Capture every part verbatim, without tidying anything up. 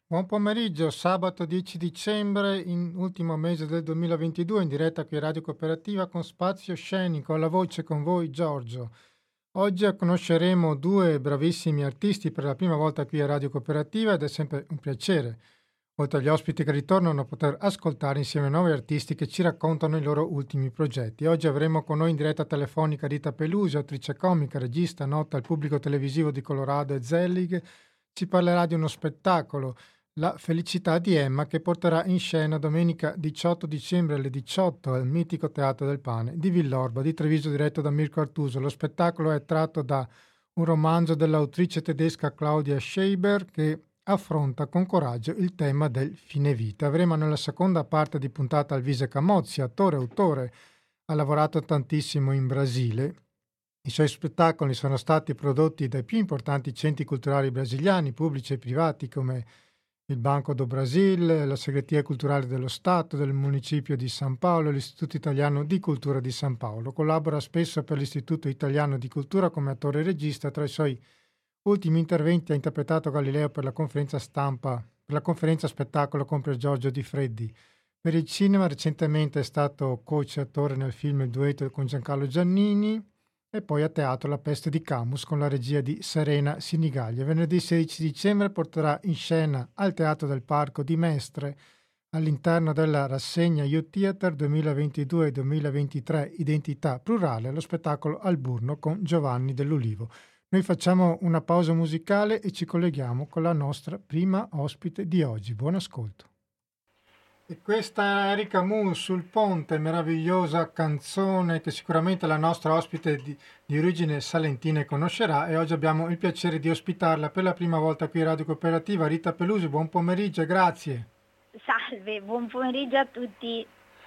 Buon pomeriggio, sabato dieci dicembre, in ultimo mese del duemilaventidue, in diretta qui a Radio Cooperativa con Spazio Scenico, alla voce con voi Giorgio. Oggi conosceremo due bravissimi artisti per la prima volta qui a Radio Cooperativa ed è sempre un piacere, oltre agli ospiti che ritornano, poter ascoltare insieme a nuovi artisti che ci raccontano i loro ultimi progetti. Oggi avremo con noi in diretta telefonica Rita Pelusio, attrice comica, regista, nota al pubblico televisivo di Colorado e Zelig. Ci parlerà di uno spettacolo, La felicità di Emma, che porterà in scena domenica diciotto dicembre alle diciotto al mitico Teatro del Pane di Villorba di Treviso, diretto da Mirko Artuso. Lo spettacolo è tratto da un romanzo dell'autrice tedesca Claudia Scheiber che affronta con coraggio il tema del fine vita. Avremo nella seconda parte di puntata Alvise Camozzi, attore e autore, ha lavorato tantissimo in Brasile. I suoi spettacoli sono stati prodotti dai più importanti centri culturali brasiliani, pubblici e privati, come il Banco do Brasil, la Segreteria Culturale dello Stato, del Municipio di San Paolo e l'Istituto Italiano di Cultura di San Paolo. Collabora spesso per l'Istituto Italiano di Cultura come attore e regista. Tra i suoi ultimi interventi ha interpretato Galileo per la conferenza stampa, per la conferenza spettacolo con Pier Giorgio Di Freddi. Per il cinema recentemente è stato coach e attore nel film Il duetto con Giancarlo Giannini e poi a teatro La peste di Camus con la regia di Serena Sinigaglia. Venerdì sedici dicembre porterà in scena al Teatro del Parco di Mestre, all'interno della rassegna Youth Theater duemilaventidue duemilaventitré Identità Plurale, lo spettacolo Al Burno con Giovanni Dell'Ulivo. Noi facciamo una pausa musicale e ci colleghiamo con la nostra prima ospite di oggi. Buon ascolto. E questa è Erika Moon sul ponte, meravigliosa canzone che sicuramente la nostra ospite di, di origine salentina conoscerà, e oggi abbiamo il piacere di ospitarla per la prima volta qui a Radio Cooperativa. Rita Pelusi, buon pomeriggio e grazie. Salve, buon pomeriggio a tutti.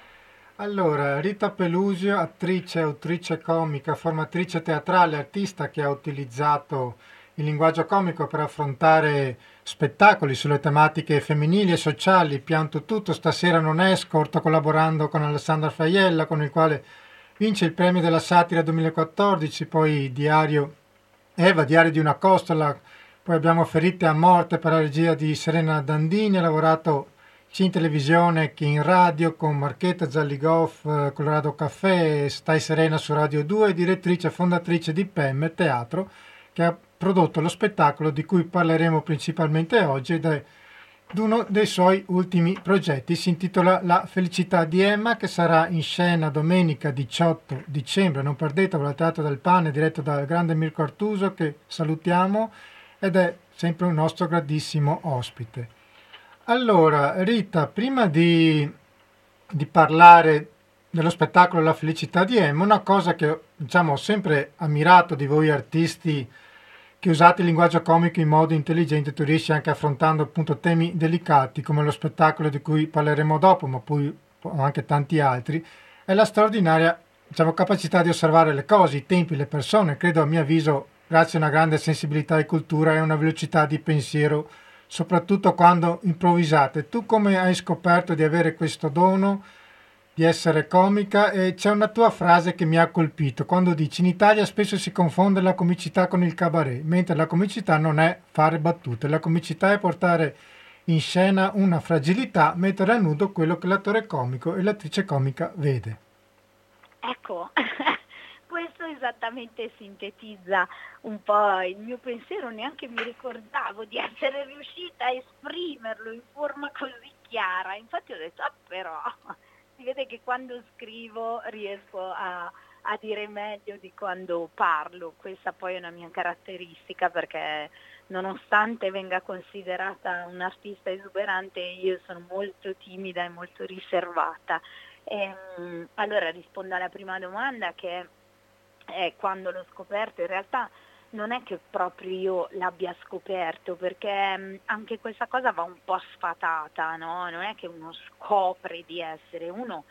Allora, Rita Pelusio, attrice, autrice comica, formatrice teatrale, artista che ha utilizzato il linguaggio comico per affrontare spettacoli sulle tematiche femminili e sociali. Pianto tutto, stasera non escort, collaborando con Alessandra Faiella, con il quale vince il premio della satira duemilaquattordici, poi Diario Eva, Diario di una costola, poi abbiamo Ferite a morte per la regia di Serena Dandini, ha lavorato sia in televisione che in radio con Marchetta Zalligoff, eh, Colorado Caffè, Stai Serena su Radio due, direttrice e fondatrice di P E M Teatro, che ha prodotto lo spettacolo di cui parleremo principalmente oggi ed è uno dei suoi ultimi progetti. Si intitola La felicità di Emma, che sarà in scena domenica diciotto dicembre. Non perdetevelo, al Teatro del Pane, diretto dal grande Mirko Artuso, che salutiamo ed è sempre un nostro grandissimo ospite. Allora, Rita, prima di, di parlare dello spettacolo La felicità di Emma, una cosa che diciamo, ho sempre ammirato di voi artisti, che usate il linguaggio comico in modo intelligente, tu riesci anche affrontando appunto temi delicati come lo spettacolo di cui parleremo dopo, ma poi anche tanti altri, è la straordinaria diciamo, capacità di osservare le cose, i tempi, le persone. Credo, a mio avviso, grazie a una grande sensibilità e cultura e una velocità di pensiero, soprattutto quando improvvisate. Tu come hai scoperto di avere questo dono di essere comica? E c'è una tua frase che mi ha colpito quando dici: in Italia spesso si confonde la comicità con il cabaret, mentre la comicità non è fare battute, la comicità è portare in scena una fragilità, mettere a nudo quello che l'attore comico e l'attrice comica vede. Ecco, questo esattamente sintetizza un po' il mio pensiero, neanche mi ricordavo di essere riuscita a esprimerlo in forma così chiara. Infatti ho detto, ah però, si vede che quando scrivo riesco a, a dire meglio di quando parlo. Questa poi è una mia caratteristica, perché nonostante venga considerata un'artista esuberante, io sono molto timida e molto riservata. E, allora rispondo alla prima domanda, che è quando l'ho scoperto. In realtà non è che proprio io l'abbia scoperto, perché anche questa cosa va un po' sfatata, no? Non è che uno scopre di essere, uno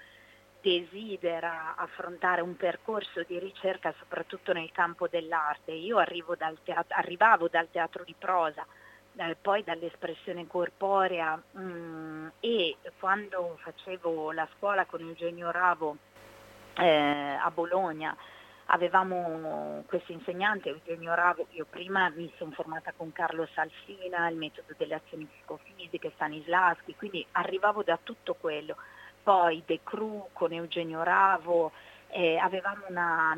desidera affrontare un percorso di ricerca soprattutto nel campo dell'arte. Io arrivo dal teatro, arrivavo dal teatro di prosa, eh, poi dall'espressione corporea, mh, e quando facevo la scuola con Eugenio Ravo eh, a Bologna avevamo questo insegnante, Eugenio Ravo. Io prima mi sono formata con Carlo Salsina, il metodo delle azioni psicofisiche, Stanislavski, quindi arrivavo da tutto quello. Poi The Crew con Eugenio Ravo, eh, avevamo una,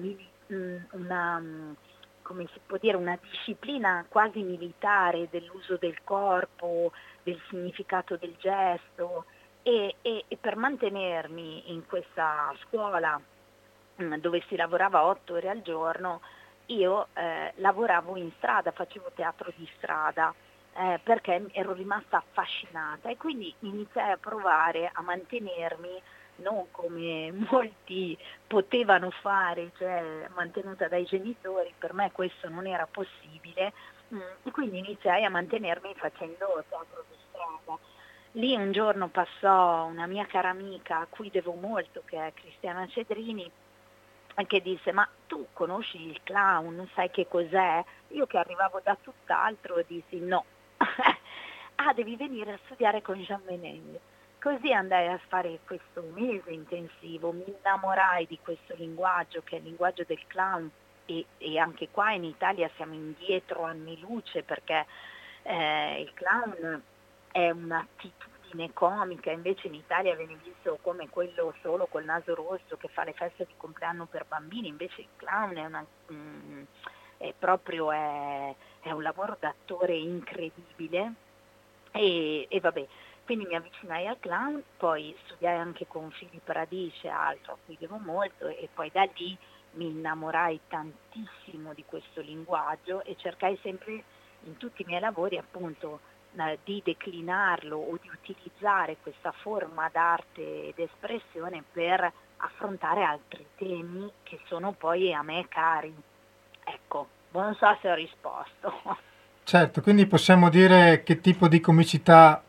una, come si può dire, una disciplina quasi militare dell'uso del corpo, del significato del gesto, e, e, e per mantenermi in questa scuola dove si lavorava otto ore al giorno, io eh, lavoravo in strada, facevo teatro di strada, eh, perché ero rimasta affascinata e quindi iniziai a provare a mantenermi non come molti potevano fare, cioè mantenuta dai genitori. Per me questo non era possibile, mm, e quindi iniziai a mantenermi facendo teatro di strada. Lì un giorno passò una mia cara amica a cui devo molto, che è Cristiana Cedrini, che disse: ma tu conosci il clown, sai che cos'è? Io che arrivavo da tutt'altro dissi no. Ah, devi venire a studiare con Jean Benegni. Così andai a fare questo mese intensivo, mi innamorai di questo linguaggio che è il linguaggio del clown, e, e anche qua in Italia siamo indietro anni luce, perché eh, il clown è un'attitudine comica, invece in Italia viene visto come quello solo col naso rosso che fa le feste di compleanno per bambini. Invece il clown è, una, mm, è proprio è, è un lavoro d'attore incredibile, e, e vabbè, quindi mi avvicinai al clown, poi studiai anche con Filippo Radice, altro a cui devo molto, e poi da lì mi innamorai tantissimo di questo linguaggio e cercai sempre in tutti i miei lavori appunto di declinarlo o di utilizzare questa forma d'arte ed espressione per affrontare altri temi che sono poi a me cari. Ecco, non so se ho risposto. Certo, quindi possiamo dire che tipo di comicità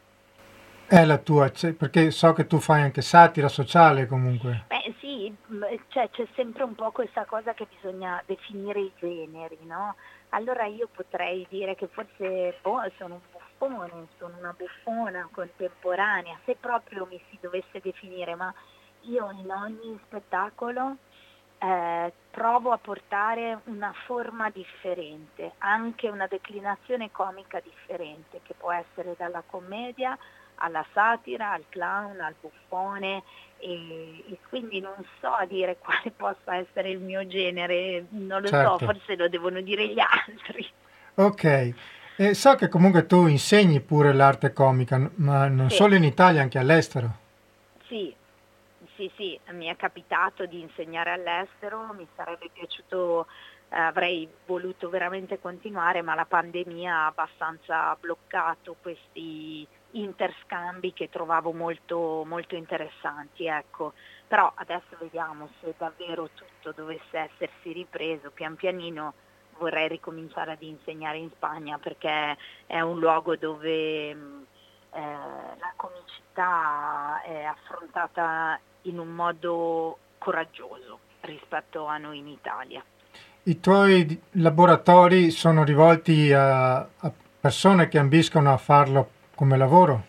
è la tua, cioè, perché so che tu fai anche satira sociale comunque. Beh sì, cioè, c'è sempre un po' questa cosa che bisogna definire i generi, no? Allora io potrei dire che forse boh, sono un buffone, sono una buffona contemporanea, se proprio mi si dovesse definire, ma io in ogni spettacolo eh, provo a portare una forma differente, anche una declinazione comica differente, che può essere dalla commedia alla satira, al clown, al buffone, e, e quindi non so dire quale possa essere il mio genere, non lo so, Certo. forse lo devono dire gli altri. Ok, e so che comunque tu insegni pure l'arte comica, n- ma non Sì, solo in Italia, anche all'estero. sì, sì, sì, mi è capitato di insegnare all'estero, mi sarebbe piaciuto, eh, avrei voluto veramente continuare, ma la pandemia ha abbastanza bloccato questi interscambi che trovavo molto, molto interessanti, ecco. Però adesso vediamo se davvero tutto dovesse essersi ripreso, pian pianino vorrei ricominciare ad insegnare in Spagna, perché è un luogo dove mh, eh, la comicità è affrontata in un modo coraggioso rispetto a noi in Italia. I tuoi di- laboratori sono rivolti a, a persone che ambiscono a farlo come lavoro?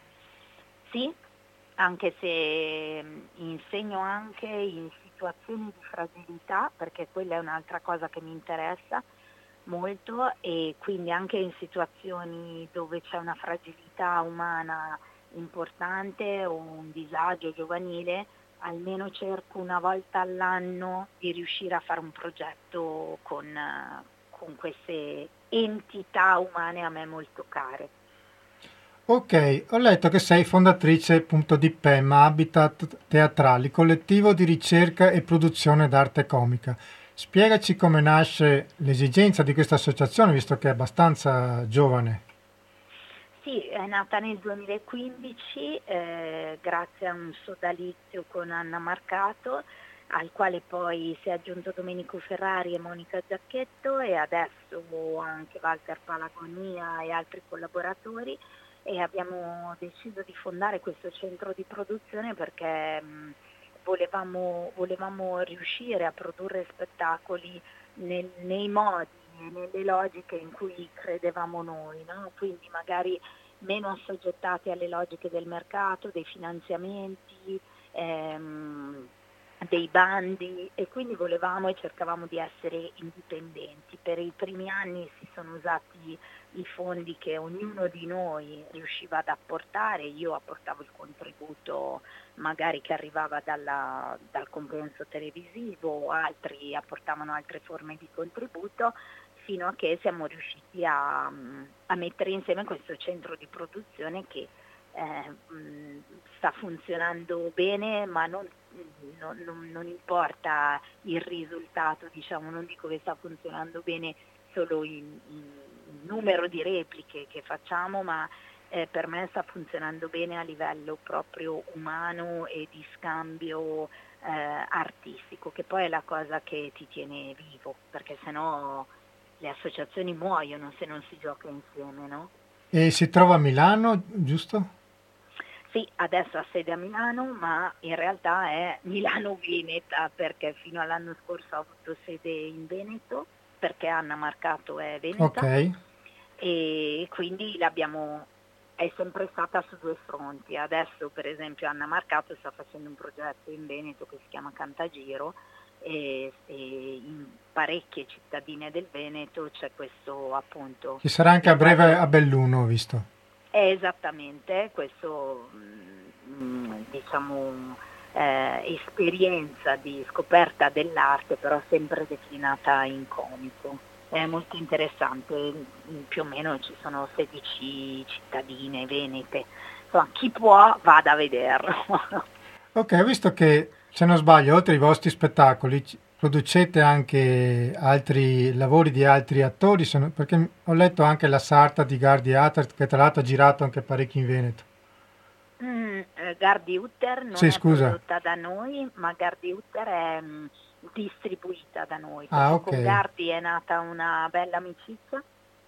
Sì, anche se mh, insegno anche in situazioni di fragilità, perché quella è un'altra cosa che mi interessa molto, e quindi anche in situazioni dove c'è una fragilità umana importante o un disagio giovanile, almeno cerco una volta all'anno di riuscire a fare un progetto con, eh, con queste entità umane a me molto care. Ok, ho letto che sei fondatrice appunto di P E M, Habitat Teatrali, collettivo di ricerca e produzione d'arte comica. Spiegaci come nasce l'esigenza di questa associazione, visto che è abbastanza giovane. Sì, è nata nel duemilaquindici eh, grazie a un sodalizio con Anna Marcato, al quale poi si è aggiunto Domenico Ferrari e Monica Giacchetto, e adesso anche Walter Palagonia e altri collaboratori, e abbiamo deciso di fondare questo centro di produzione perché mh, volevamo, volevamo riuscire a produrre spettacoli nel- nei modi e nelle logiche in cui credevamo noi, no? Quindi magari meno assoggettati alle logiche del mercato, dei finanziamenti, ehm, dei bandi, e quindi volevamo e cercavamo di essere indipendenti. Per i primi anni si sono usati i fondi che ognuno di noi riusciva ad apportare, io apportavo il contributo magari che arrivava dalla, dal compenso televisivo, altri apportavano altre forme di contributo, fino a che siamo riusciti a, a mettere insieme questo centro di produzione che eh, mh, sta funzionando bene, ma non, non, non, non importa il risultato, diciamo, non dico che sta funzionando bene solo in, in numero di repliche che facciamo, ma eh, per me sta funzionando bene a livello proprio umano e di scambio eh, artistico, che poi è la cosa che ti tiene vivo, perché sennò le associazioni muoiono se non si gioca insieme, no? E si trova a Milano, giusto? Sì, adesso ha sede a Milano, ma in realtà è Milano-Veneta, perché fino all'anno scorso ha avuto sede in Veneto, perché Anna Marcato è veneta, Ok. e quindi l'abbiamo, è sempre stata su due fronti. Adesso per esempio Anna Marcato sta facendo un progetto in Veneto che si chiama Cantagiro, e, e in parecchie cittadine del Veneto c'è questo appunto. Ci sarà anche a breve a Belluno, ho visto. È esattamente questo, mh, diciamo, eh, esperienza di scoperta dell'arte, però sempre declinata in comico. È molto interessante, più o meno ci sono sedici cittadine venete, insomma chi può vada a vederlo. Ok, ho visto che, se non sbaglio, oltre ai vostri spettacoli, ci- producete anche altri lavori di altri attori, se non- perché ho letto anche La Sarta di Gardi Attard, che tra l'altro ha girato anche parecchio in Veneto. Mm, eh, Gardi Utter non Sì, è scusa. prodotta da noi, ma Gardi Utter è mm, distribuita da noi, Ah, perché ok. con Gardi è nata una bella amicizia,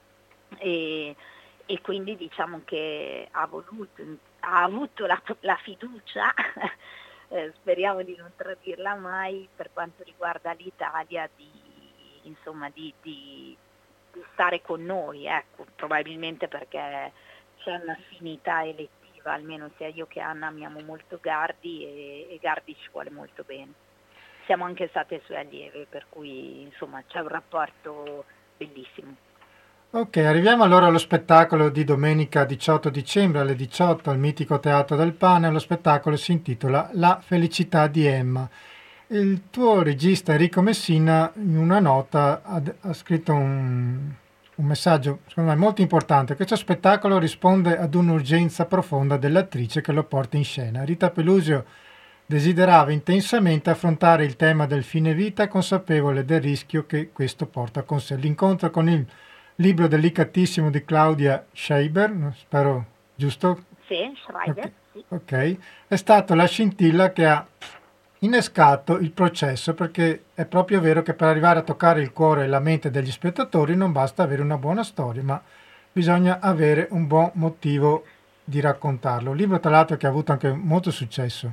e, e quindi diciamo che ha voluto, ha avuto la, la fiducia, eh, speriamo di non tradirla mai, per quanto riguarda l'Italia, di, insomma, di, di, di stare con noi, ecco, probabilmente perché c'è un'affinità elettiva, almeno sia io che Anna amiamo molto Gardi, e, e Gardi ci vuole molto bene. Siamo anche state sue allieve, per cui insomma c'è un rapporto bellissimo. Ok, arriviamo allora allo spettacolo di domenica diciotto dicembre alle diciotto al mitico Teatro del Pane. Lo spettacolo si intitola La felicità di Emma. Il tuo regista Enrico Messina in una nota ha, ha scritto un, un messaggio secondo me molto importante. Questo spettacolo risponde ad un'urgenza profonda dell'attrice che lo porta in scena. Rita Pelusio desiderava intensamente affrontare il tema del fine vita, consapevole del rischio che questo porta con sé. L'incontro con il libro delicatissimo di Claudia Scheiber, no? Spero giusto? Sì, Ok, Schreiber, sì. ok. È stato la scintilla che ha innescato il processo, perché è proprio vero che per arrivare a toccare il cuore e la mente degli spettatori non basta avere una buona storia, ma bisogna avere un buon motivo di raccontarlo. Un libro tra l'altro che ha avuto anche molto successo.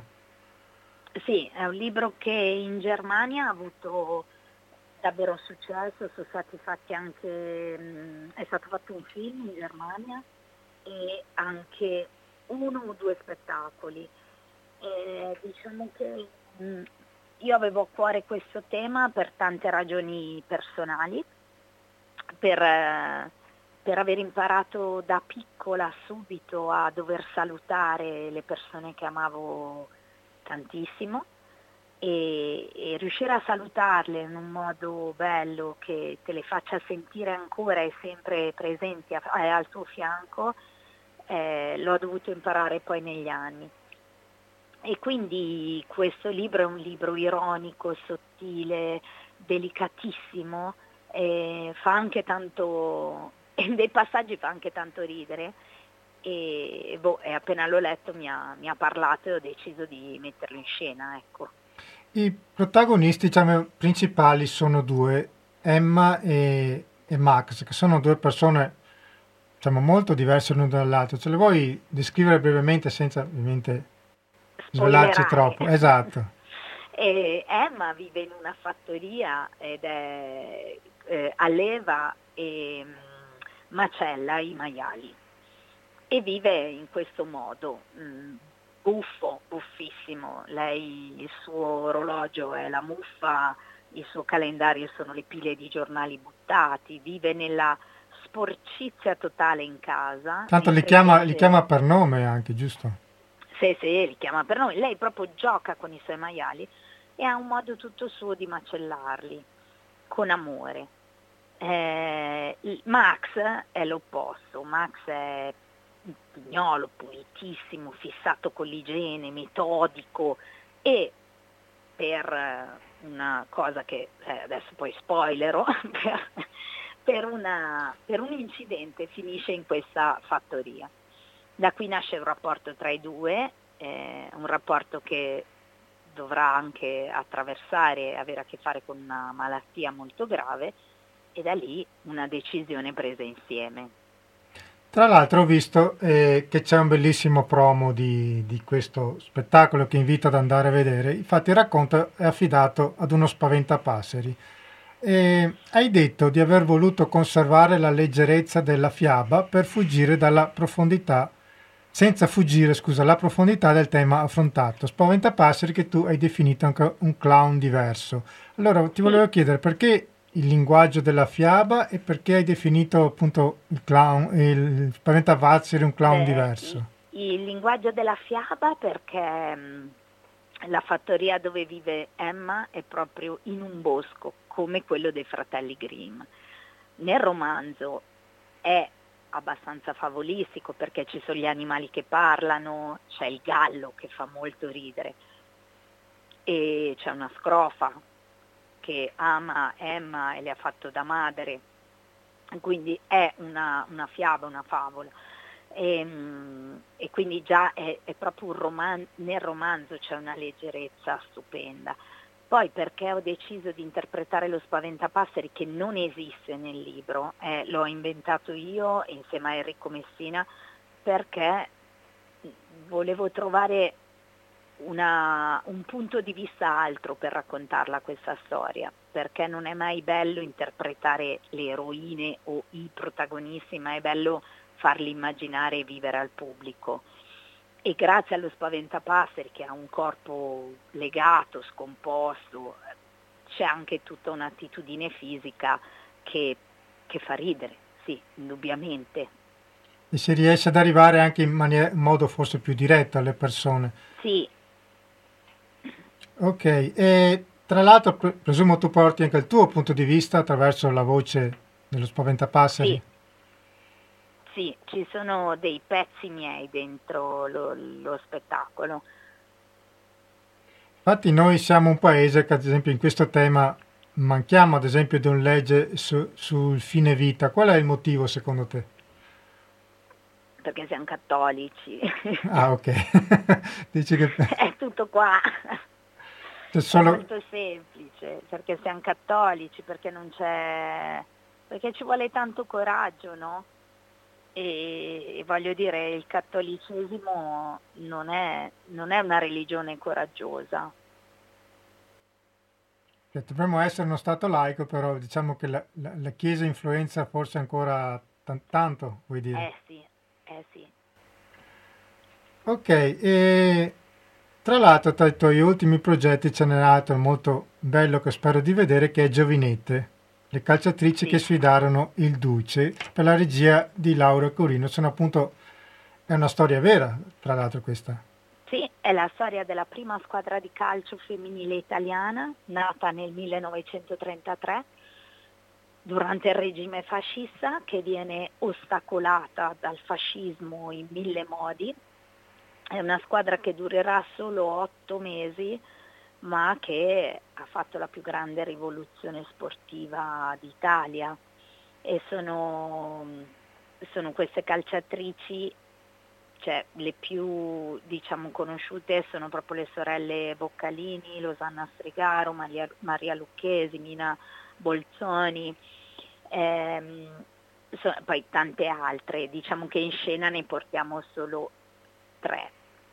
Sì, è un libro che in Germania ha avuto davvero successo, sono stati fatti anche, mh, è stato fatto un film in Germania e anche uno o due spettacoli. E diciamo che mh, io avevo a cuore questo tema per tante ragioni personali, per, eh, per aver imparato da piccola subito a dover salutare le persone che amavo tantissimo, e, e riuscire a salutarle in un modo bello che te le faccia sentire ancora e sempre presenti a, eh, al tuo fianco, eh, l'ho dovuto imparare poi negli anni. E quindi questo libro è un libro ironico, sottile, delicatissimo, e fa anche tanto, e dei passaggi fa anche tanto ridere, e, boh, e appena l'ho letto mi ha, mi ha parlato e ho deciso di metterlo in scena, ecco. I protagonisti, diciamo, principali sono due, Emma e, e Max, che sono due persone, diciamo, molto diverse l'una dall'altra. Ce le vuoi descrivere brevemente senza ovviamente svelarci Spoilerare. troppo? Esatto. E Emma vive in una fattoria ed è, eh, alleva e mh, macella i maiali, e vive in questo modo. mh, buffo, buffissimo. Lei, il suo orologio è la muffa, il suo calendario sono le pile di giornali buttati, vive nella sporcizia totale in casa. Tanto li chiama, li chiama per nome anche, giusto? Sì, sì, li chiama per nome. Lei proprio gioca con i suoi maiali e ha un modo tutto suo di macellarli, con amore. Eh, Max è l'opposto, Max è un pignolo pulitissimo, fissato con l'igiene, metodico, e per una cosa che eh, adesso poi spoilerò, per, per, una, per un incidente finisce in questa fattoria. Da qui nasce un rapporto tra i due, eh, un rapporto che dovrà anche attraversare e avere a che fare con una malattia molto grave, e da lì una decisione presa insieme. Tra l'altro ho visto eh, che c'è un bellissimo promo di, di questo spettacolo che invito ad andare a vedere. Infatti il racconto è affidato ad uno spaventapasseri. E hai detto di aver voluto conservare la leggerezza della fiaba per fuggire dalla profondità, senza fuggire, scusa, la profondità del tema affrontato. Spaventapasseri che tu hai definito anche un clown diverso. Allora ti volevo chiedere perché il linguaggio della fiaba e perché hai definito appunto il clown, il spaventapasseri un clown Beh, diverso? Il, il linguaggio della fiaba perché mh, la fattoria dove vive Emma è proprio in un bosco, come quello dei fratelli Grimm. Nel romanzo è abbastanza favolistico perché ci sono gli animali che parlano, c'è il gallo che fa molto ridere e c'è una scrofa che ama Emma e le ha fatto da madre, quindi è una, una fiaba, una favola. E, e quindi già è, è proprio un romanzo, nel romanzo c'è una leggerezza stupenda. Poi perché ho deciso di interpretare lo spaventapasseri che non esiste nel libro, eh, l'ho inventato io insieme a Enrico Messina, perché volevo trovare una, un punto di vista altro per raccontarla questa storia, perché non è mai bello interpretare le eroine o i protagonisti, ma è bello farli immaginare e vivere al pubblico. E grazie allo spaventapasseri che ha un corpo legato, scomposto, c'è anche tutta un'attitudine fisica che, che fa ridere, sì, indubbiamente. E si riesce ad arrivare anche in, maniera, in modo forse più diretto alle persone. Sì. Ok, e tra l'altro pre- presumo tu porti anche il tuo punto di vista attraverso la voce dello spaventapasseri? Sì. Sì, ci sono dei pezzi miei dentro lo, lo spettacolo. Infatti noi siamo un paese che ad esempio in questo tema manchiamo ad esempio di un legge su- sul fine vita. Qual è il motivo secondo te? Perché siamo cattolici. Ah, ok. Dici che È tutto qua. c'è solo... È molto semplice, perché siamo cattolici, perché non c'è... perché ci vuole tanto coraggio, no? E voglio dire, il cattolicesimo non è, non è una religione coraggiosa. che dovremmo essere uno stato laico, però diciamo che la, la- la Chiesa influenza forse ancora tan- tanto, vuoi dire? Eh sì, eh sì. Ok, e tra l'altro tra i tuoi ultimi progetti ce n'è un altro molto bello che spero di vedere che è Giovinette, le calciatrici che Sì, sfidarono il Duce per la regia di Laura Corino. Sono appunto, è una storia vera, tra l'altro questa. sì, è la storia della prima squadra di calcio femminile italiana, nata nel millenovecentotrentatré, durante il regime fascista, che viene ostacolata dal fascismo in mille modi. È una squadra che durerà solo otto mesi, ma che ha fatto la più grande rivoluzione sportiva d'Italia. E sono, sono queste calciatrici, cioè le più diciamo conosciute sono proprio le sorelle Boccalini, Losanna Strigaro, Maria, Maria Lucchesi, Mina Bolzoni, ehm, so- poi tante altre. Diciamo che in scena ne portiamo solo tre.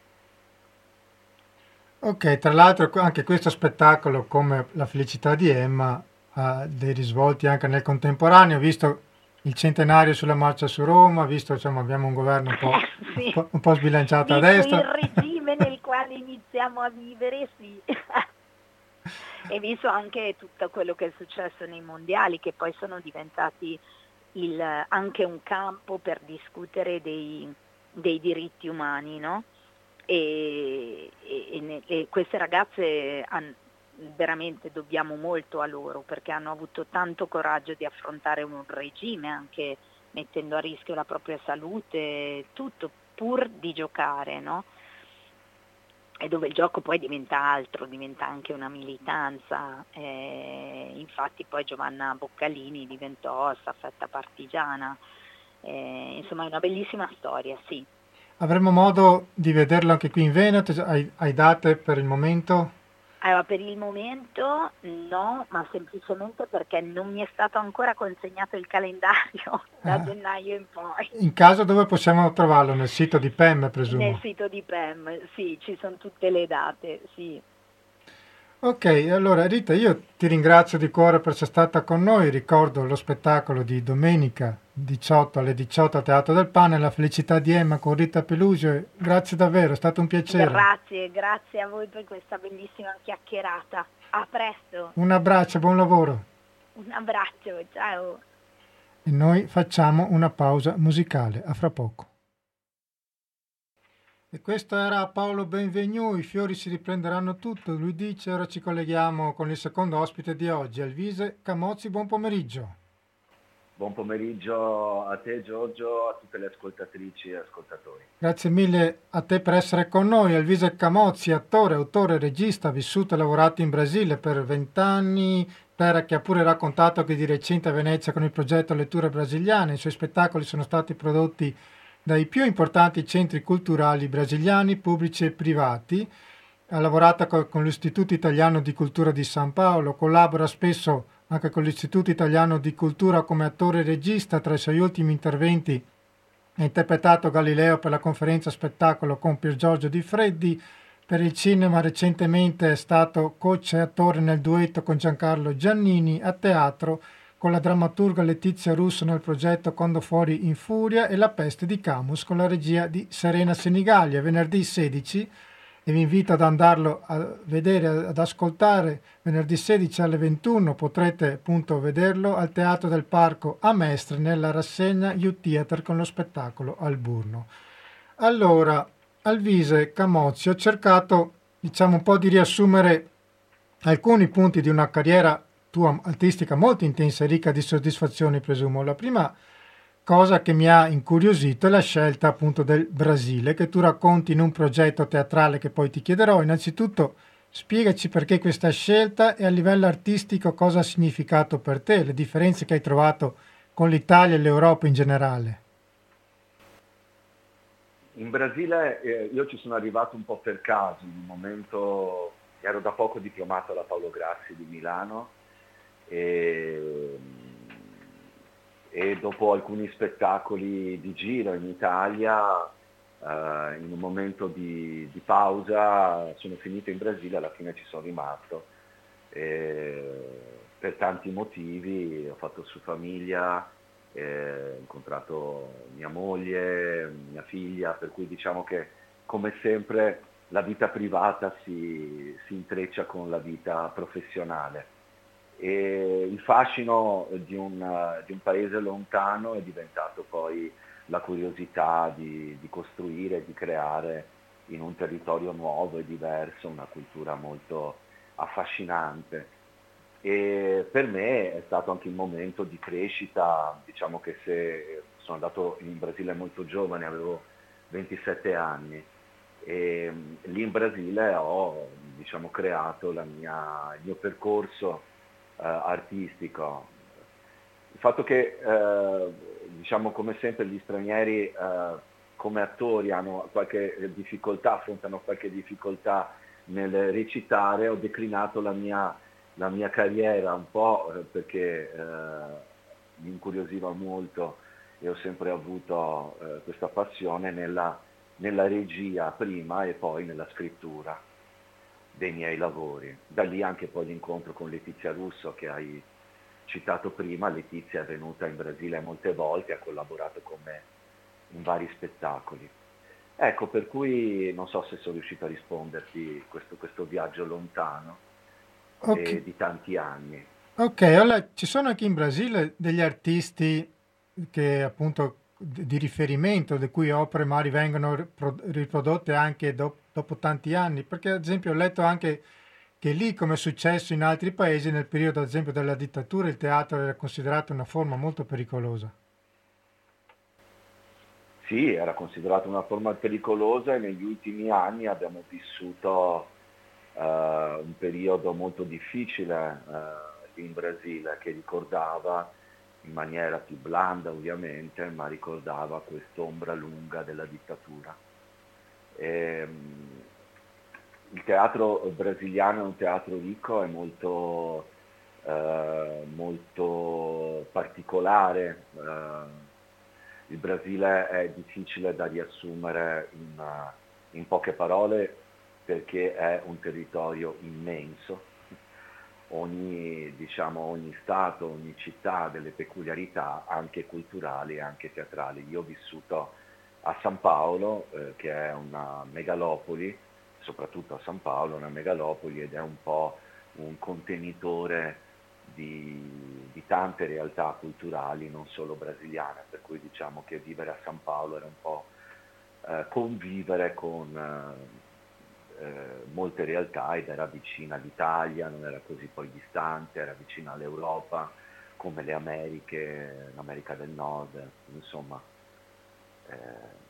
Ok, tra l'altro anche questo spettacolo, come La felicità di Emma, ha dei risvolti anche nel contemporaneo, visto il centenario sulla marcia su Roma, visto insomma abbiamo un governo un po', un Sì. po', un po' sbilanciato a Visto il destra. regime nel quale iniziamo a vivere, sì. E visto anche tutto quello che è successo nei mondiali, che poi sono diventati il, anche un campo per discutere dei, dei diritti umani, no? E, e, e queste ragazze hanno, veramente dobbiamo molto a loro, perché hanno avuto tanto coraggio di affrontare un regime, anche mettendo a rischio la propria salute, tutto pur di giocare, no? E dove il gioco poi diventa altro, diventa anche una militanza. Eh, infatti poi Giovanna Boccalini diventò staffetta partigiana. Eh, insomma è una bellissima storia, sì. Avremo modo di vederlo anche qui in Veneto? Hai, hai date per il momento? Allora, per il momento no, ma semplicemente perché non mi è stato ancora consegnato il calendario da Ah, gennaio in poi. in caso dove possiamo trovarlo? Nel sito di P E M, Nel presumo. sito di P E M, sì, ci sono tutte le date, sì. Ok, allora Rita, io ti ringrazio di cuore per essere stata con noi. Ricordo lo spettacolo di domenica diciotto alle diciotto al Teatro del Pane, La felicità di Emma con Rita Pelusio. Grazie davvero, è stato un piacere. Grazie, grazie a voi per questa bellissima chiacchierata. A presto, Un abbraccio, buon lavoro. un abbraccio, ciao. E noi facciamo una pausa musicale. A fra poco. E questo era Paolo Benvenu, i fiori si riprenderanno tutto, lui dice. Ora ci colleghiamo con il secondo ospite di oggi, Alvise Camozzi, buon pomeriggio. Buon pomeriggio a te Giorgio, a tutte le ascoltatrici e ascoltatori. Grazie mille a te per essere con noi. Alvise Camozzi, attore, autore, regista, vissuto e lavorato in Brasile per vent'anni, terra che ha pure raccontato che di recente a Venezia con il progetto Letture Brasiliane. I suoi spettacoli sono stati prodotti dai più importanti centri culturali brasiliani, pubblici e privati. Ha lavorato co- con l'Istituto Italiano di Cultura di San Paolo, collabora spesso anche con l'Istituto Italiano di Cultura come attore e regista. Tra i suoi ultimi interventi ha interpretato Galileo per la conferenza spettacolo con Pier Giorgio Di Freddi. Per il cinema recentemente è stato coach e attore nel duetto con Giancarlo Giannini. A teatro con la drammaturga Letizia Russo nel progetto Quando fuori in furia e La peste di Camus con la regia di Serena Senigallia. Venerdì sedici, e vi invito ad andarlo a vedere, ad ascoltare, venerdì sedici alle ventuno potrete appunto vederlo al Teatro del Parco a Mestre nella rassegna You Theater con lo spettacolo Al Burno. Allora, Alvise Camozzi, ho cercato diciamo un po' di riassumere alcuni punti di una carriera tua artistica molto intensa e ricca di soddisfazioni, presumo. La prima cosa che mi ha incuriosito è la scelta appunto del Brasile, che tu racconti in un progetto teatrale che poi ti chiederò. Innanzitutto spiegaci perché questa scelta e a livello artistico cosa ha significato per te, le differenze che hai trovato con l'Italia e l'Europa in generale. In Brasile eh, io ci sono arrivato un po' per caso, in un momento ero da poco diplomato alla Paolo Grassi di Milano e, e dopo alcuni spettacoli di giro in Italia, eh, in un momento di, di pausa sono finito in Brasile, alla fine ci sono rimasto e, per tanti motivi, ho fatto su famiglia. Eh, ho incontrato mia moglie, mia figlia, per cui diciamo che come sempre la vita privata si, si intreccia con la vita professionale e il fascino di un, di un paese lontano è diventato poi la curiosità di, di costruire, di creare in un territorio nuovo e diverso una cultura molto affascinante. E per me è stato anche un momento di crescita, diciamo che se sono andato in Brasile molto giovane, avevo ventisette anni e lì in Brasile ho diciamo, creato la mia, il mio percorso eh, artistico. Il fatto che eh, diciamo come sempre gli stranieri eh, come attori hanno qualche difficoltà, affrontano qualche difficoltà nel recitare, ho declinato la mia la mia carriera un po' perché eh, mi incuriosiva molto e ho sempre avuto eh, questa passione nella, nella regia prima e poi nella scrittura dei miei lavori. Da lì anche poi l'incontro con Letizia Russo che hai citato prima. Letizia è venuta in Brasile molte volte, ha collaborato con me in vari spettacoli. Ecco, per cui non so se sono riuscito a risponderti questo, questo viaggio lontano Ok, e di tanti anni. ok, allora ci sono anche in Brasile degli artisti che appunto di di riferimento, le cui opere magari vengono ripro- riprodotte anche dop- dopo tanti anni, perché ad esempio ho letto anche che lì, come è successo in altri paesi, nel periodo ad esempio della dittatura, il teatro era considerato una forma molto pericolosa. Sì, era considerata una forma pericolosa e negli ultimi anni abbiamo vissuto eh, un periodo molto difficile eh, lì in Brasile che ricordava in maniera più blanda ovviamente, ma ricordava quest'ombra lunga della dittatura. E, mh, il teatro brasiliano è un teatro ricco e molto, eh, molto particolare. eh, il Brasile è difficile da riassumere in, uh, in poche parole perché è un territorio immenso. Ogni, diciamo, ogni stato, ogni città ha delle peculiarità anche culturali e anche teatrali. Io ho vissuto a San Paolo, eh, che è una megalopoli, soprattutto a San Paolo, una megalopoli ed è un po' un contenitore di, di tante realtà culturali, non solo brasiliane, per cui diciamo che vivere a San Paolo era un po' eh, convivere con eh, eh, molte realtà ed era vicina all'Italia, non era così poi distante, era vicina all'Europa, come le Americhe, l'America del Nord, insomma. eh,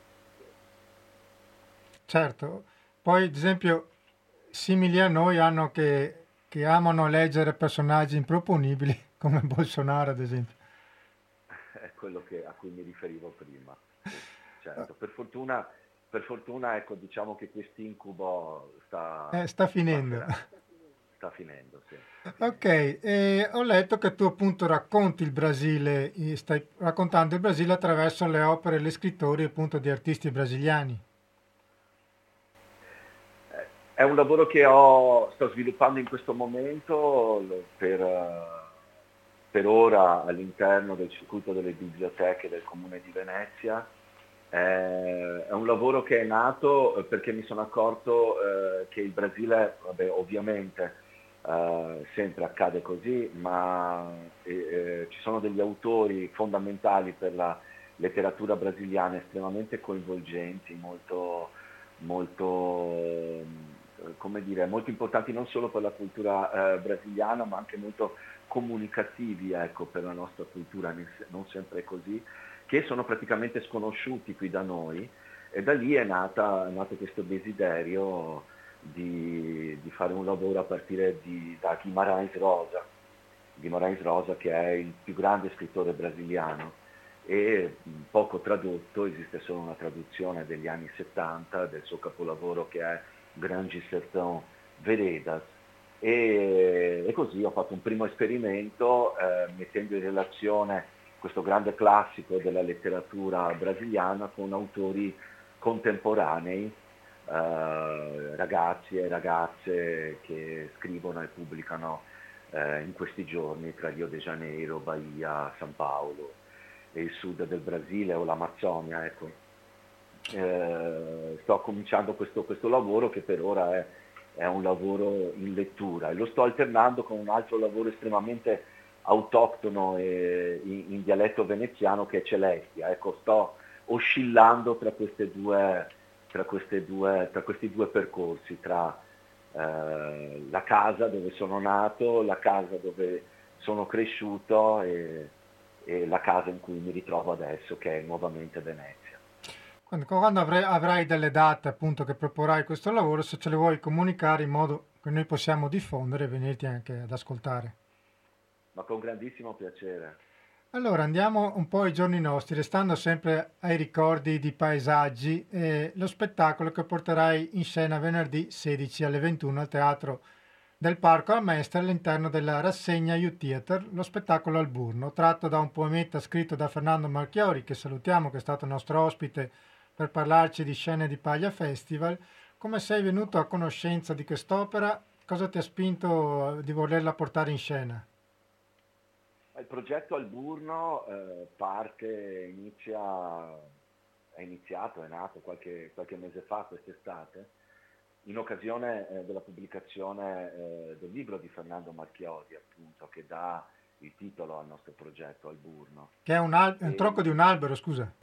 Certo, poi ad esempio simili a noi hanno che, che amano leggere personaggi improponibili come Bolsonaro ad esempio. È quello che- a cui mi riferivo prima. Sì, certo. Per fortuna, per fortuna, ecco, diciamo che quest'incubo sta Eh, sta finendo. passerà. Sta finendo, sì, sta Ok, finendo. e ho letto che tu appunto racconti il Brasile, eh, stai raccontando il Brasile attraverso le opere e le scrittori appunto di artisti brasiliani. Eh, È un lavoro che ho, sto sviluppando in questo momento lo- per, eh, per ora all'interno del circuito delle biblioteche del Comune di Venezia. Eh, È un lavoro che è nato eh, perché mi sono accorto eh, che il Brasile, vabbè, ovviamente eh, sempre accade così, ma eh, eh, ci sono degli autori fondamentali per la letteratura brasiliana estremamente coinvolgenti, molto, molto, eh, come dire, molto importanti non solo per la cultura eh, brasiliana, ma anche molto comunicativi, ecco, per la nostra cultura, non sempre è così, che sono praticamente sconosciuti qui da noi e da lì è, nata, è nato questo desiderio di, di fare un lavoro a partire di, da Guimarães Rosa, Guimarães Rosa che è il più grande scrittore brasiliano e poco tradotto, esiste solo una traduzione degli anni settanta del suo capolavoro che è Grande Sertão Veredas e, e così ho fatto un primo esperimento eh, mettendo in relazione questo grande classico della letteratura brasiliana con autori contemporanei, eh, ragazzi e ragazze che scrivono e pubblicano eh, in questi giorni tra Rio de Janeiro, Bahia, San Paolo e il sud del Brasile o l'Amazzonia. Ecco. Eh, sto cominciando questo, questo lavoro che per ora è, è un lavoro in lettura e lo sto alternando con un altro lavoro estremamente autoctono e in, in dialetto veneziano che è Celestia. Ecco, sto oscillando tra, queste due, tra, queste due, tra questi due percorsi, tra eh, la casa dove sono nato, la casa dove sono cresciuto e, e la casa in cui mi ritrovo adesso, che è nuovamente Venezia. Quando, quando avrai, avrai delle date appunto che proporrai questo lavoro, se ce le vuoi comunicare in modo che noi possiamo diffondere e venirti anche ad ascoltare. Ma con grandissimo piacere. Allora andiamo un po' ai giorni nostri, restando sempre ai ricordi di paesaggi, eh, lo spettacolo che porterai in scena venerdì sedici alle ventuno al Teatro del Parco a Mestre all'interno della rassegna You Theater, lo spettacolo al Burno, tratto da un poemetta scritto da Fernando Marchiori, che salutiamo, che è stato nostro ospite per parlarci di Scene di Paglia Festival. Come sei venuto a conoscenza di quest'opera? Cosa ti ha spinto di volerla portare in scena? Il progetto Alburno eh, parte, inizia è iniziato, è nato qualche, qualche mese fa, quest'estate, in occasione eh, della pubblicazione eh, del libro di Fernando Marchiori, appunto, che dà il titolo al nostro progetto, Alburno. Che è un, al- un E, tronco di un albero, scusa.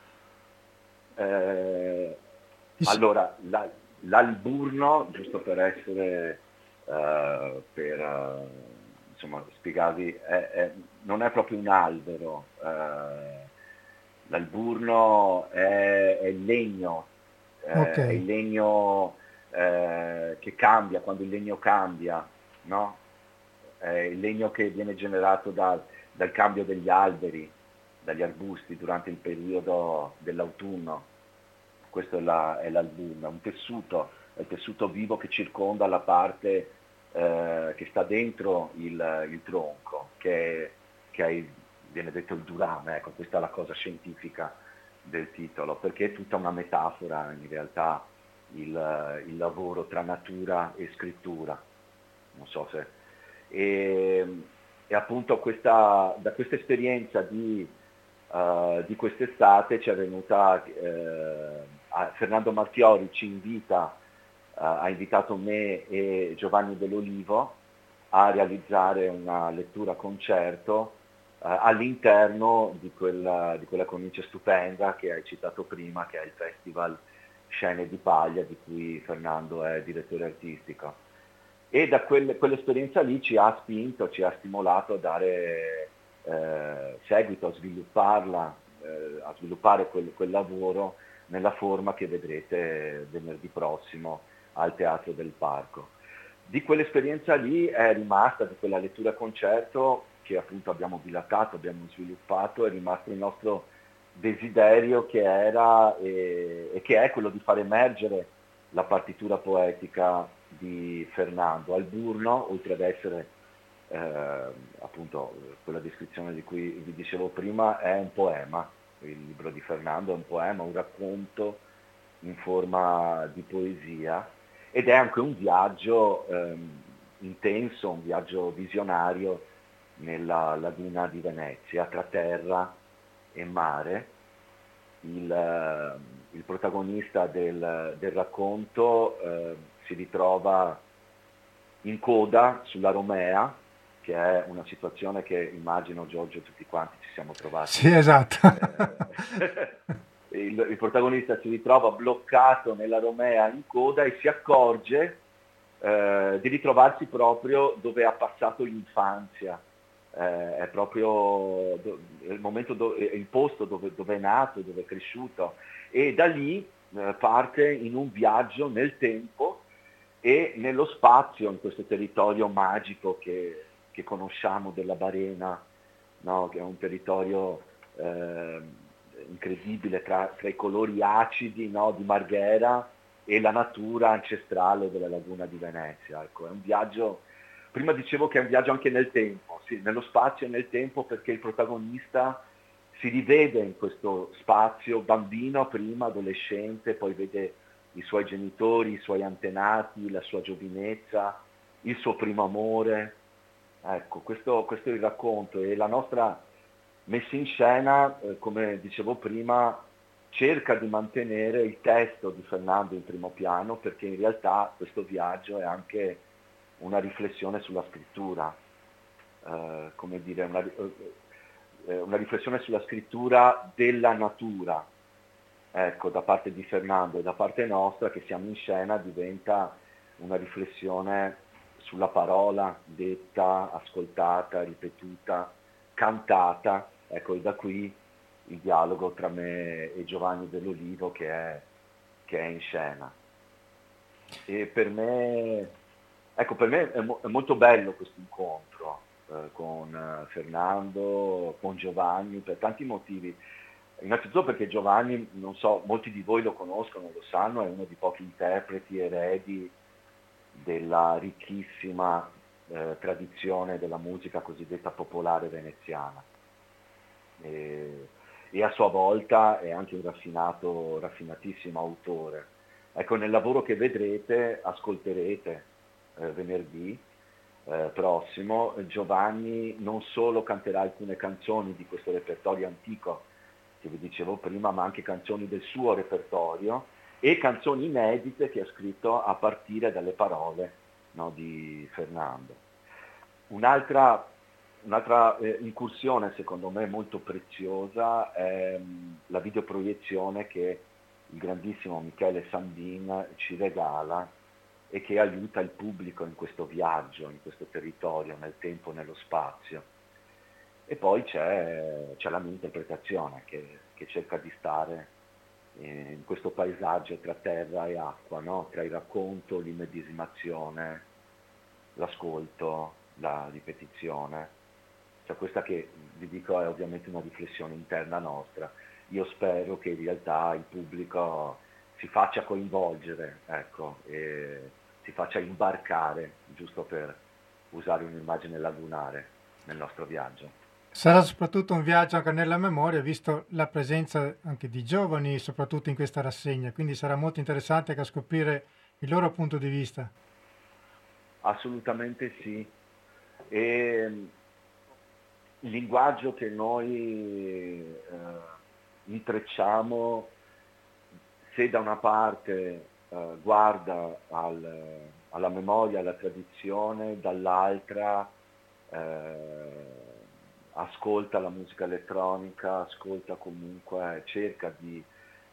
eh, Is- allora, la- l'Alburno, giusto per essere, eh, per eh, insomma, spiegarvi, è- è- non è proprio un albero. eh, l'Alburno è, è il legno, ok, eh, è il legno eh, che cambia, quando il legno cambia, no? È il legno che viene generato dal, dal cambio degli alberi, dagli arbusti durante il periodo dell'autunno. Questo è, la, è l'album, è un tessuto, è il tessuto vivo che circonda la parte eh, che sta dentro il, il tronco, che, che è il, viene detto il durame, ecco, questa è la cosa scientifica del titolo, perché è tutta una metafora in realtà il, il lavoro tra natura e scrittura. Non so se... E, e appunto questa, da questa esperienza di, uh, di quest'estate ci è venuta, eh, a, Fernando Marchiori ci invita, uh, ha invitato me e Giovanni Dell'Olivo a realizzare una lettura concerto uh, all'interno di quella, di quella cornice stupenda che hai citato prima, che è il Festival Scene di Paglia, di cui Fernando è direttore artistico. E da quel, quell'esperienza lì ci ha spinto, ci ha stimolato a dare eh, seguito, a svilupparla, eh, a sviluppare quel, quel lavoro nella forma che vedrete venerdì prossimo al Teatro del Parco. Di quell'esperienza lì è rimasta, di quella lettura concerto che appunto abbiamo dilatato, abbiamo sviluppato, è rimasto il nostro desiderio che era e, e che è quello di far emergere la partitura poetica di Fernando. Alburno, oltre ad essere eh, appunto quella descrizione di cui vi dicevo prima, è un poema. Il libro di Fernando è un poema, un racconto in forma di poesia ed è anche un viaggio ehm, intenso, un viaggio visionario nella laguna di Venezia, tra terra e mare. Il, eh, il protagonista del, del racconto eh, si ritrova in coda sulla Romea, che è una situazione che immagino, Giorgio, tutti quanti ci siamo trovati. sì, esatto. Eh, il, il protagonista si ritrova bloccato nella Romea in coda e si accorge eh, di ritrovarsi proprio dove ha passato l'infanzia. Eh, è proprio do, il momento, do, il posto dove, dove è nato, dove è cresciuto, e da lì eh, parte in un viaggio nel tempo e nello spazio, in questo territorio magico che, che conosciamo della Barena, no? Che è un territorio eh, incredibile tra, tra i colori acidi, no? Di Marghera e la natura ancestrale della laguna di Venezia. Ecco, è un viaggio, prima dicevo che è un viaggio anche nel tempo, sì, nello spazio e nel tempo, perché il protagonista si rivede in questo spazio, bambino prima, adolescente, poi vede i suoi genitori, i suoi antenati, la sua giovinezza, il suo primo amore. Ecco, questo, questo è il racconto e la nostra messa in scena, eh, come dicevo prima, cerca di mantenere il testo di Fernando in primo piano, perché in realtà questo viaggio è anche una riflessione sulla scrittura, eh, come dire, una, eh, una riflessione sulla scrittura della natura. Ecco, da parte di Fernando e da parte nostra, che siamo in scena, diventa una riflessione sulla parola detta, ascoltata, ripetuta, cantata. Ecco, e da qui il dialogo tra me e Giovanni Dell'Olivo che è, che è in scena. E per me, ecco, per me è, mo- è molto bello questo incontro eh, con eh, Fernando, con Giovanni, per tanti motivi. Innanzitutto perché Giovanni, non so, molti di voi lo conoscono, lo sanno, è uno dei pochi interpreti eredi della ricchissima eh, tradizione della musica cosiddetta popolare veneziana. E, e a sua volta è anche un raffinato, raffinatissimo autore. Ecco, nel lavoro che vedrete, ascolterete eh, venerdì eh, prossimo, Giovanni non solo canterà alcune canzoni di questo repertorio antico che vi dicevo prima, ma anche canzoni del suo repertorio e canzoni inedite che ha scritto a partire dalle parole, no, di Fernando. Un'altra, un'altra eh, incursione secondo me molto preziosa è mh, la videoproiezione che il grandissimo Michele Sandin ci regala e che aiuta il pubblico in questo viaggio, in questo territorio, nel tempo e nello spazio. E poi c'è, c'è la mia interpretazione che, che cerca di stare eh, in questo paesaggio tra terra e acqua, no? Tra il racconto, l'immedesimazione, l'ascolto, la ripetizione. Cioè questa che vi dico è ovviamente una riflessione interna nostra. Io spero che in realtà il pubblico si faccia coinvolgere, ecco, e si faccia imbarcare, giusto per usare un'immagine lagunare, nel nostro viaggio. Sarà soprattutto un viaggio anche nella memoria, visto la presenza anche di giovani, soprattutto in questa rassegna, quindi sarà molto interessante anche scoprire il loro punto di vista. Assolutamente sì. E il linguaggio che noi eh, intrecciamo, se da una parte eh, guarda al, alla memoria, alla tradizione, dall'altra eh, ascolta la musica elettronica, ascolta comunque, cerca di,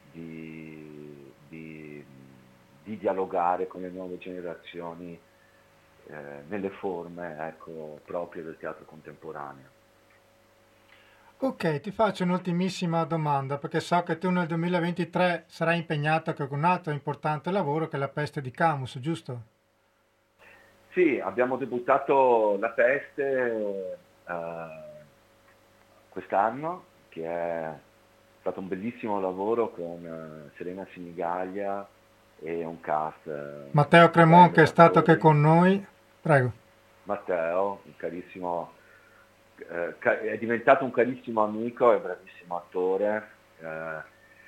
di, di, di dialogare con le nuove generazioni eh, nelle forme, ecco, proprie del teatro contemporaneo. Ok, ti faccio un'ultimissima domanda, perché so che tu nel duemilaventitré sarai impegnato con un altro importante lavoro che è La peste di Camus, giusto? Sì, abbiamo debuttato La peste eh, quest'anno, che è stato un bellissimo lavoro con uh, Serena Sinigaglia e un cast uh, Matteo Cremon che è stato attori. che con noi, prego. Matteo, un carissimo, eh, ca- è diventato un carissimo amico e bravissimo attore eh,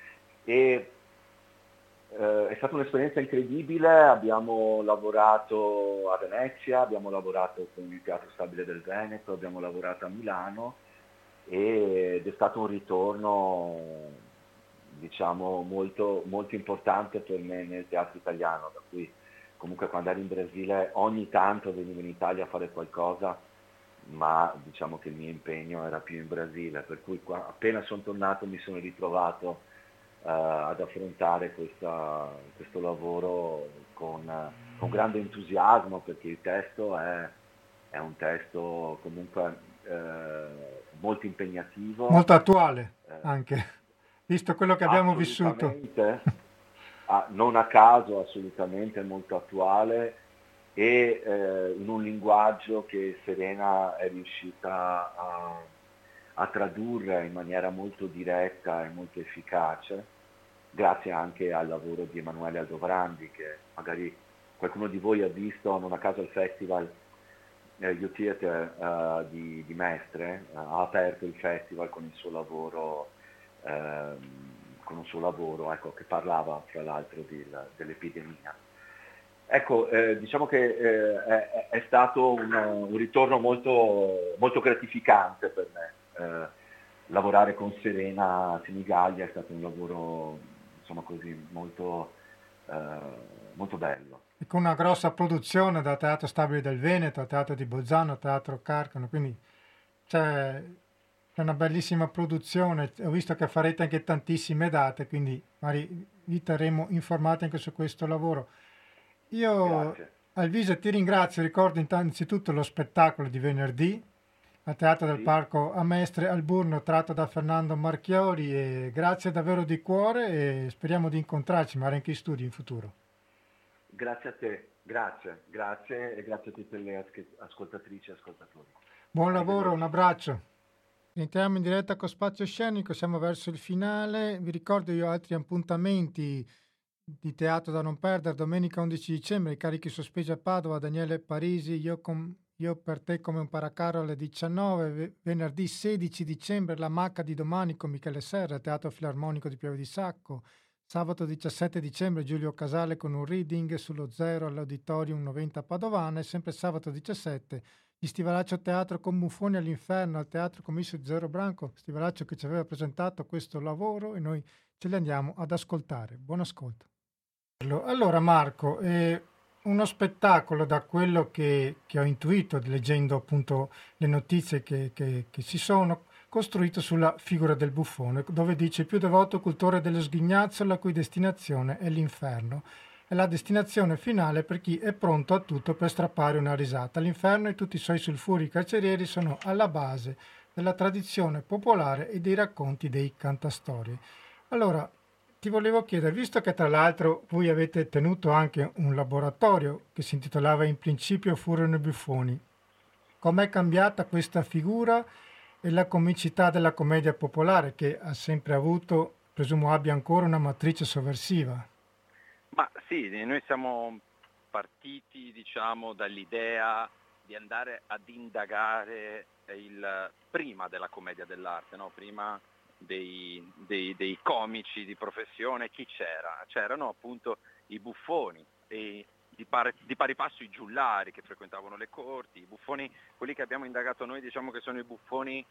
e eh, è stata un'esperienza incredibile. Abbiamo lavorato a Venezia, abbiamo lavorato con il Teatro Stabile del Veneto, abbiamo lavorato a Milano ed è stato un ritorno, diciamo, molto, molto importante per me nel teatro italiano, da cui comunque quando ero in Brasile ogni tanto venivo in Italia a fare qualcosa, ma diciamo che il mio impegno era più in Brasile, per cui qua, appena sono tornato mi sono ritrovato uh, ad affrontare questa, questo lavoro con, con grande entusiasmo, perché il testo è, è un testo comunque eh, molto impegnativo. Molto attuale eh, anche, visto quello che abbiamo vissuto. Assolutamente, ah, non a caso, assolutamente molto attuale e eh, in un linguaggio che Serena è riuscita a, a tradurre in maniera molto diretta e molto efficace, grazie anche al lavoro di Emanuele Aldovrandi, che magari qualcuno di voi ha visto, non a caso al festival eh, Youth Theatre uh, di, di Mestre, uh, ha aperto il festival con il suo lavoro, uh, con un suo lavoro ecco, che parlava tra l'altro di, dell'epidemia. Ecco, eh, diciamo che eh, è, è stato un, un ritorno molto, molto gratificante per me. Eh, lavorare con Serena Sinigaglia è stato un lavoro, insomma così, molto, eh, molto bello. E con una grossa produzione da Teatro Stabile del Veneto, Teatro di Bolzano, Teatro Carcano, quindi c'è una bellissima produzione. Ho visto che farete anche tantissime date, quindi magari vi terremo informati anche su questo lavoro. Io, Grazie. Alvise, ti ringrazio, ricordo innanzitutto lo spettacolo di venerdì al Teatro del Sì. Parco a Mestre al Burno, tratto da Fernando Marchiori, e grazie davvero di cuore e speriamo di incontrarci magari anche in studio in futuro. Grazie a te, grazie, grazie e grazie a tutte le ascoltatrici e ascoltatori. Buon lavoro, un abbraccio. Entriamo in diretta con Spazio Scenico, siamo verso il finale. Vi ricordo io altri appuntamenti di teatro da non perdere: domenica undici dicembre, i Carichi Sospesi a Padova, Daniele Parisi, io, com, io per te come un paracarro alle diciannove, venerdì sedici dicembre La Macca di Domani con Michele Serra, Teatro Filarmonico di Pieve di Sacco, sabato diciassette dicembre Giulio Casale con un reading sullo zero all'Auditorium novanta Padovana, e sempre sabato diciassette di Stivalaccio Teatro con Buffoni all'Inferno al Teatro Commisso di Zero Branco, Stivalaccio che ci aveva presentato questo lavoro e noi ce li andiamo ad ascoltare. Buon ascolto. Allora Marco, eh, uno spettacolo da quello che, che ho intuito leggendo appunto le notizie che, che, che ci sono, costruito sulla figura del buffone, dove dice più devoto cultore dello sghignazzo la cui destinazione è l'inferno. È la destinazione finale per chi è pronto a tutto per strappare una risata. L'inferno e tutti i suoi sulfuri carcerieri sono alla base della tradizione popolare e dei racconti dei cantastorie. Allora, ti volevo chiedere, visto che tra l'altro voi avete tenuto anche un laboratorio che si intitolava In principio furono i buffoni, com'è cambiata questa figura e la comicità della commedia popolare che ha sempre avuto, presumo abbia ancora una matrice sovversiva? Ma sì, noi siamo partiti, diciamo, dall'idea di andare ad indagare il prima della commedia dell'arte, no? Prima dei, dei, dei comici di professione, chi c'era? C'erano appunto i buffoni e di pari, di pari passo i giullari che frequentavano le corti, i buffoni, quelli che abbiamo indagato noi diciamo che sono i buffoni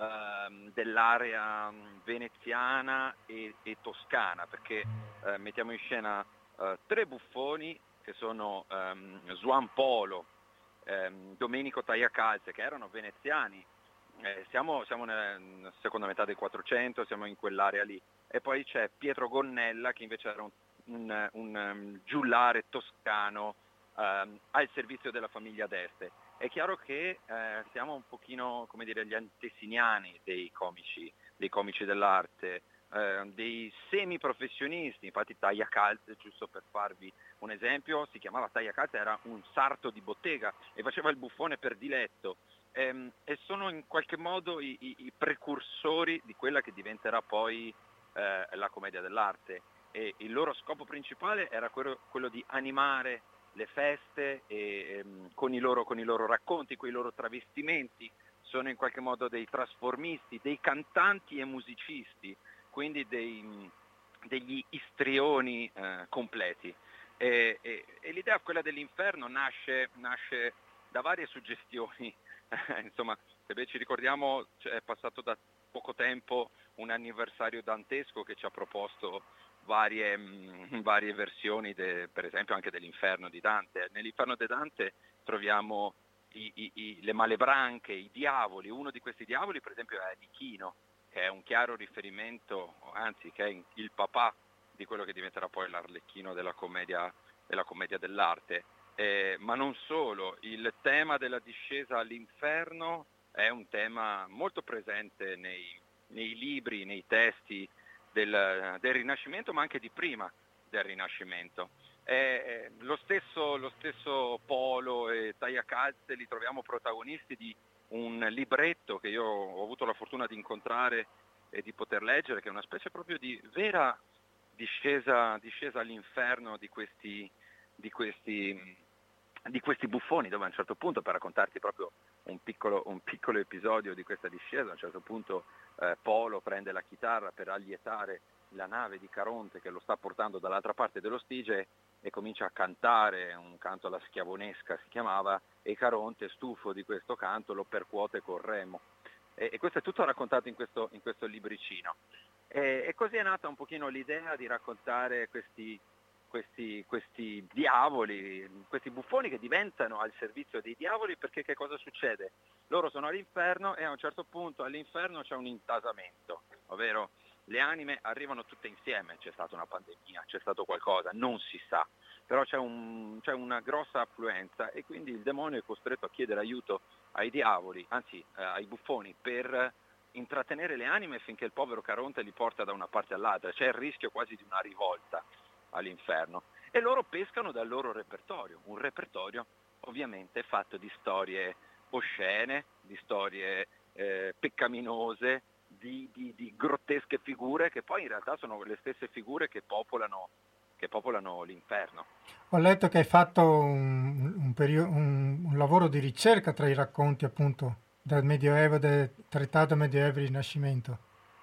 ehm, dell'area veneziana e, e toscana, perché eh, mettiamo in scena eh, tre buffoni che sono ehm, Juan Polo, ehm, Domenico Tagliacalze, che erano veneziani. Eh, siamo, siamo nella seconda metà del quattrocento, siamo in quell'area lì, e poi c'è Pietro Gonnella che invece era un, un, un um, giullare toscano um, al servizio della famiglia d'Este. È chiaro che eh, siamo un pochino, come dire, gli antesiniani dei comici, dei comici dell'arte, eh, dei semiprofessionisti. Infatti Tagliacalze, giusto per farvi un esempio, si chiamava Tagliacalze, era un sarto di bottega e faceva il buffone per diletto. Ehm, e sono in qualche modo i, i, i precursori di quella che diventerà poi eh, la commedia dell'arte, e il loro scopo principale era quello, quello di animare le feste e, ehm, con, i loro, con i loro racconti, con i loro travestimenti. Sono in qualche modo dei trasformisti, dei cantanti e musicisti, quindi dei, degli istrioni eh, completi. E, e, e l'idea, quella dell'inferno, nasce, nasce da varie suggestioni. Insomma, se beh, ci ricordiamo, è passato da poco tempo un anniversario dantesco che ci ha proposto varie, mh, varie versioni, de, per esempio anche dell'inferno di Dante. Nell'inferno di Dante troviamo i, i, i, le malebranche, i diavoli. Uno di questi diavoli per esempio è Lichino, che è un chiaro riferimento, anzi che è il papà di quello che diventerà poi l'Arlecchino della commedia, della commedia dell'arte. Eh, ma non solo, il tema della discesa all'inferno è un tema molto presente nei, nei libri, nei testi del, del Rinascimento, ma anche di prima del Rinascimento. Eh, lo, stesso, lo stesso Polo e Tagliacalze li troviamo protagonisti di un libretto che io ho avuto la fortuna di incontrare e di poter leggere, che è una specie proprio di vera discesa, discesa all'inferno di questi, di questi di questi buffoni, dove a un certo punto, per raccontarti proprio un piccolo, un piccolo episodio di questa discesa, a un certo punto eh, Polo prende la chitarra per allietare la nave di Caronte che lo sta portando dall'altra parte dello Stige e comincia a cantare un canto alla schiavonesca, si chiamava, e Caronte, stufo di questo canto, lo percuote col remo. E, e questo è tutto raccontato in questo, in questo libricino. E, e così è nata un pochino l'idea di raccontare questi Questi, questi diavoli, questi buffoni che diventano al servizio dei diavoli, perché che cosa succede? Loro sono all'inferno e a un certo punto all'inferno c'è un intasamento, ovvero le anime arrivano tutte insieme, c'è stata una pandemia, c'è stato qualcosa, non si sa, però c'è, un, c'è una grossa affluenza e quindi il demonio è costretto a chiedere aiuto ai diavoli, anzi eh, ai buffoni, per intrattenere le anime finché il povero Caronte li porta da una parte all'altra. C'è il rischio quasi di una rivolta all'inferno, e loro pescano dal loro repertorio, un repertorio ovviamente fatto di storie oscene, di storie eh, peccaminose, di, di, di grottesche figure che poi in realtà sono le stesse figure che popolano, che popolano l'inferno. Ho letto che hai fatto un, un, perio- un, un lavoro di ricerca tra i racconti appunto del Medioevo, del Trattato Medioevo e Rinascimento.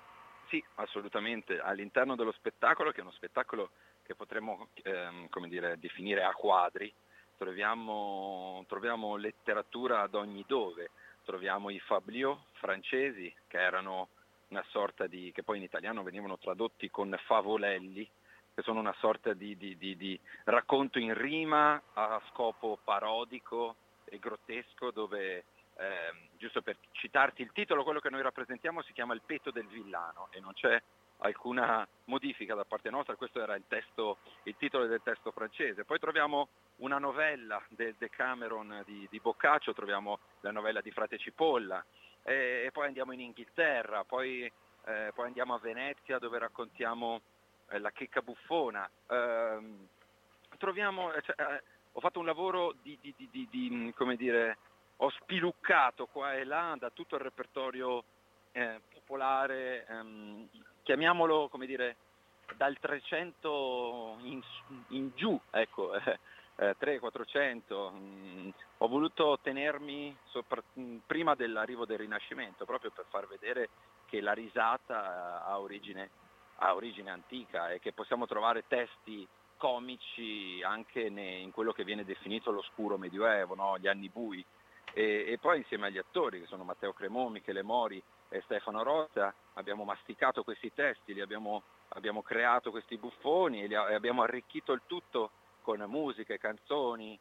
Sì, assolutamente, all'interno dello spettacolo, che è uno spettacolo che potremmo ehm, come dire, definire a quadri, troviamo, troviamo letteratura ad ogni dove, troviamo i fabliaux francesi, che erano una sorta di, che poi in italiano venivano tradotti con favolelli, che sono una sorta di, di, di, di racconto in rima a scopo parodico e grottesco, dove, eh, giusto per citarti il titolo, quello che noi rappresentiamo si chiama Il petto del villano e non c'è alcuna modifica da parte nostra, questo era il testo, il titolo del testo francese. Poi troviamo una novella del Decameron di, di Boccaccio, troviamo la novella di Frate Cipolla, e, e poi andiamo in Inghilterra, poi, eh, poi andiamo a Venezia dove raccontiamo eh, la checca buffona. Eh, troviamo, cioè, eh, ho fatto un lavoro di, di, di, di, di, come dire, ho spiluccato qua e là da tutto il repertorio eh, popolare, ehm, chiamiamolo, come dire, dal trecento in, in giù, ecco, eh, eh, trecento quattrocento. Mm, ho voluto tenermi sopra, mh, prima dell'arrivo del Rinascimento, proprio per far vedere che la risata ha origine, ha origine antica e che possiamo trovare testi comici anche ne, in quello che viene definito l'oscuro medioevo, no? Gli anni bui. E, e poi insieme agli attori, che sono Matteo Cremò, Michele Mori e Stefano Rota, abbiamo masticato questi testi, li abbiamo, abbiamo creato questi buffoni e, li, e abbiamo arricchito il tutto con musiche, canzoni,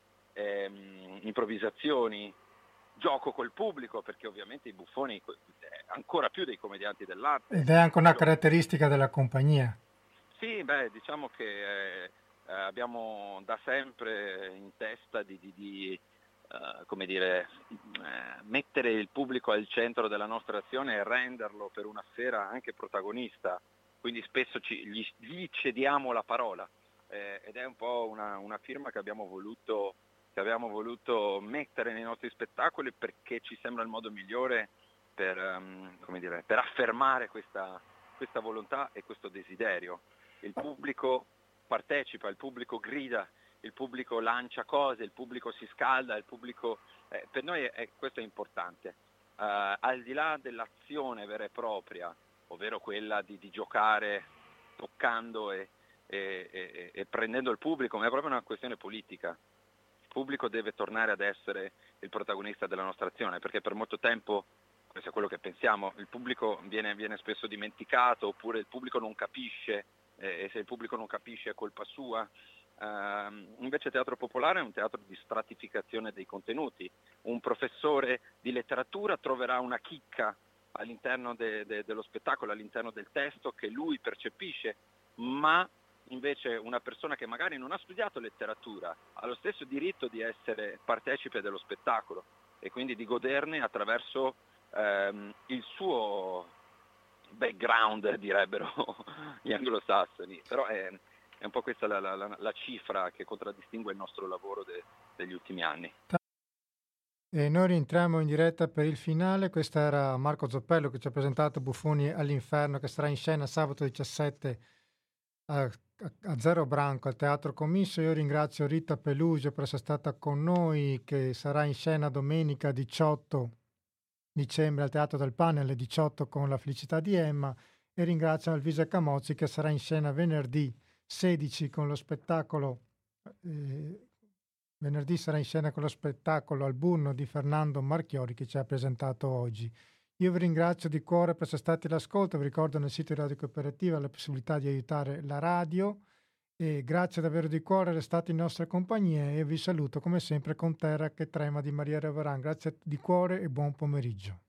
ehm, improvvisazioni, gioco col pubblico, perché ovviamente i buffoni, ancora più dei commedianti dell'arte. Ed è anche una caratteristica della compagnia. Sì, beh, diciamo che eh, abbiamo da sempre in testa di, di, di Uh, come dire, uh, mettere il pubblico al centro della nostra azione e renderlo per una sera anche protagonista, quindi spesso ci, gli, gli cediamo la parola eh, ed è un po' una, una firma che abbiamo voluto che abbiamo voluto mettere nei nostri spettacoli, perché ci sembra il modo migliore per, um, come dire, per affermare questa, questa volontà e questo desiderio. Il pubblico partecipa, il pubblico grida, il pubblico lancia cose, il pubblico si scalda, il pubblico, eh, per noi è, questo è importante. Uh, al di là dell'azione vera e propria, ovvero quella di, di giocare toccando e, e, e, e prendendo il pubblico, ma è proprio una questione politica. Il pubblico deve tornare ad essere il protagonista della nostra azione, perché per molto tempo, questo è quello che pensiamo, il pubblico viene, viene spesso dimenticato, oppure il pubblico non capisce, eh, e se il pubblico non capisce è colpa sua. Uh, invece teatro popolare è un teatro di stratificazione dei contenuti. Un professore di letteratura troverà una chicca all'interno de, de, dello spettacolo, all'interno del testo che lui percepisce, ma invece una persona che magari non ha studiato letteratura ha lo stesso diritto di essere partecipe dello spettacolo e quindi di goderne attraverso um, il suo background, direbbero gli anglosassoni. Però è È un po' questa la, la, la cifra che contraddistingue il nostro lavoro de, degli ultimi anni. E noi rientriamo in diretta per il finale. Questo era Marco Zoppello che ci ha presentato Buffoni all'Inferno, che sarà in scena sabato diciassette a, a, a Zero Branco al Teatro Commisso. Io ringrazio Rita Pelugio per essere stata con noi, che sarà in scena domenica diciotto dicembre al Teatro del Pane alle diciotto con La felicità di Emma, e ringrazio Alvise Camozzi che sarà in scena venerdì sedici con lo spettacolo eh, venerdì sarà in scena con lo spettacolo Al Burno di Fernando Marchiori, che ci ha presentato oggi. Io vi ringrazio di cuore per essere stati all'ascolto. Vi ricordo nel sito di Radio Cooperativa la possibilità di aiutare la radio, e grazie davvero di cuore, restate in nostra compagnia e vi saluto come sempre con Terra che trema di Maria Reveran. Grazie di cuore e buon pomeriggio.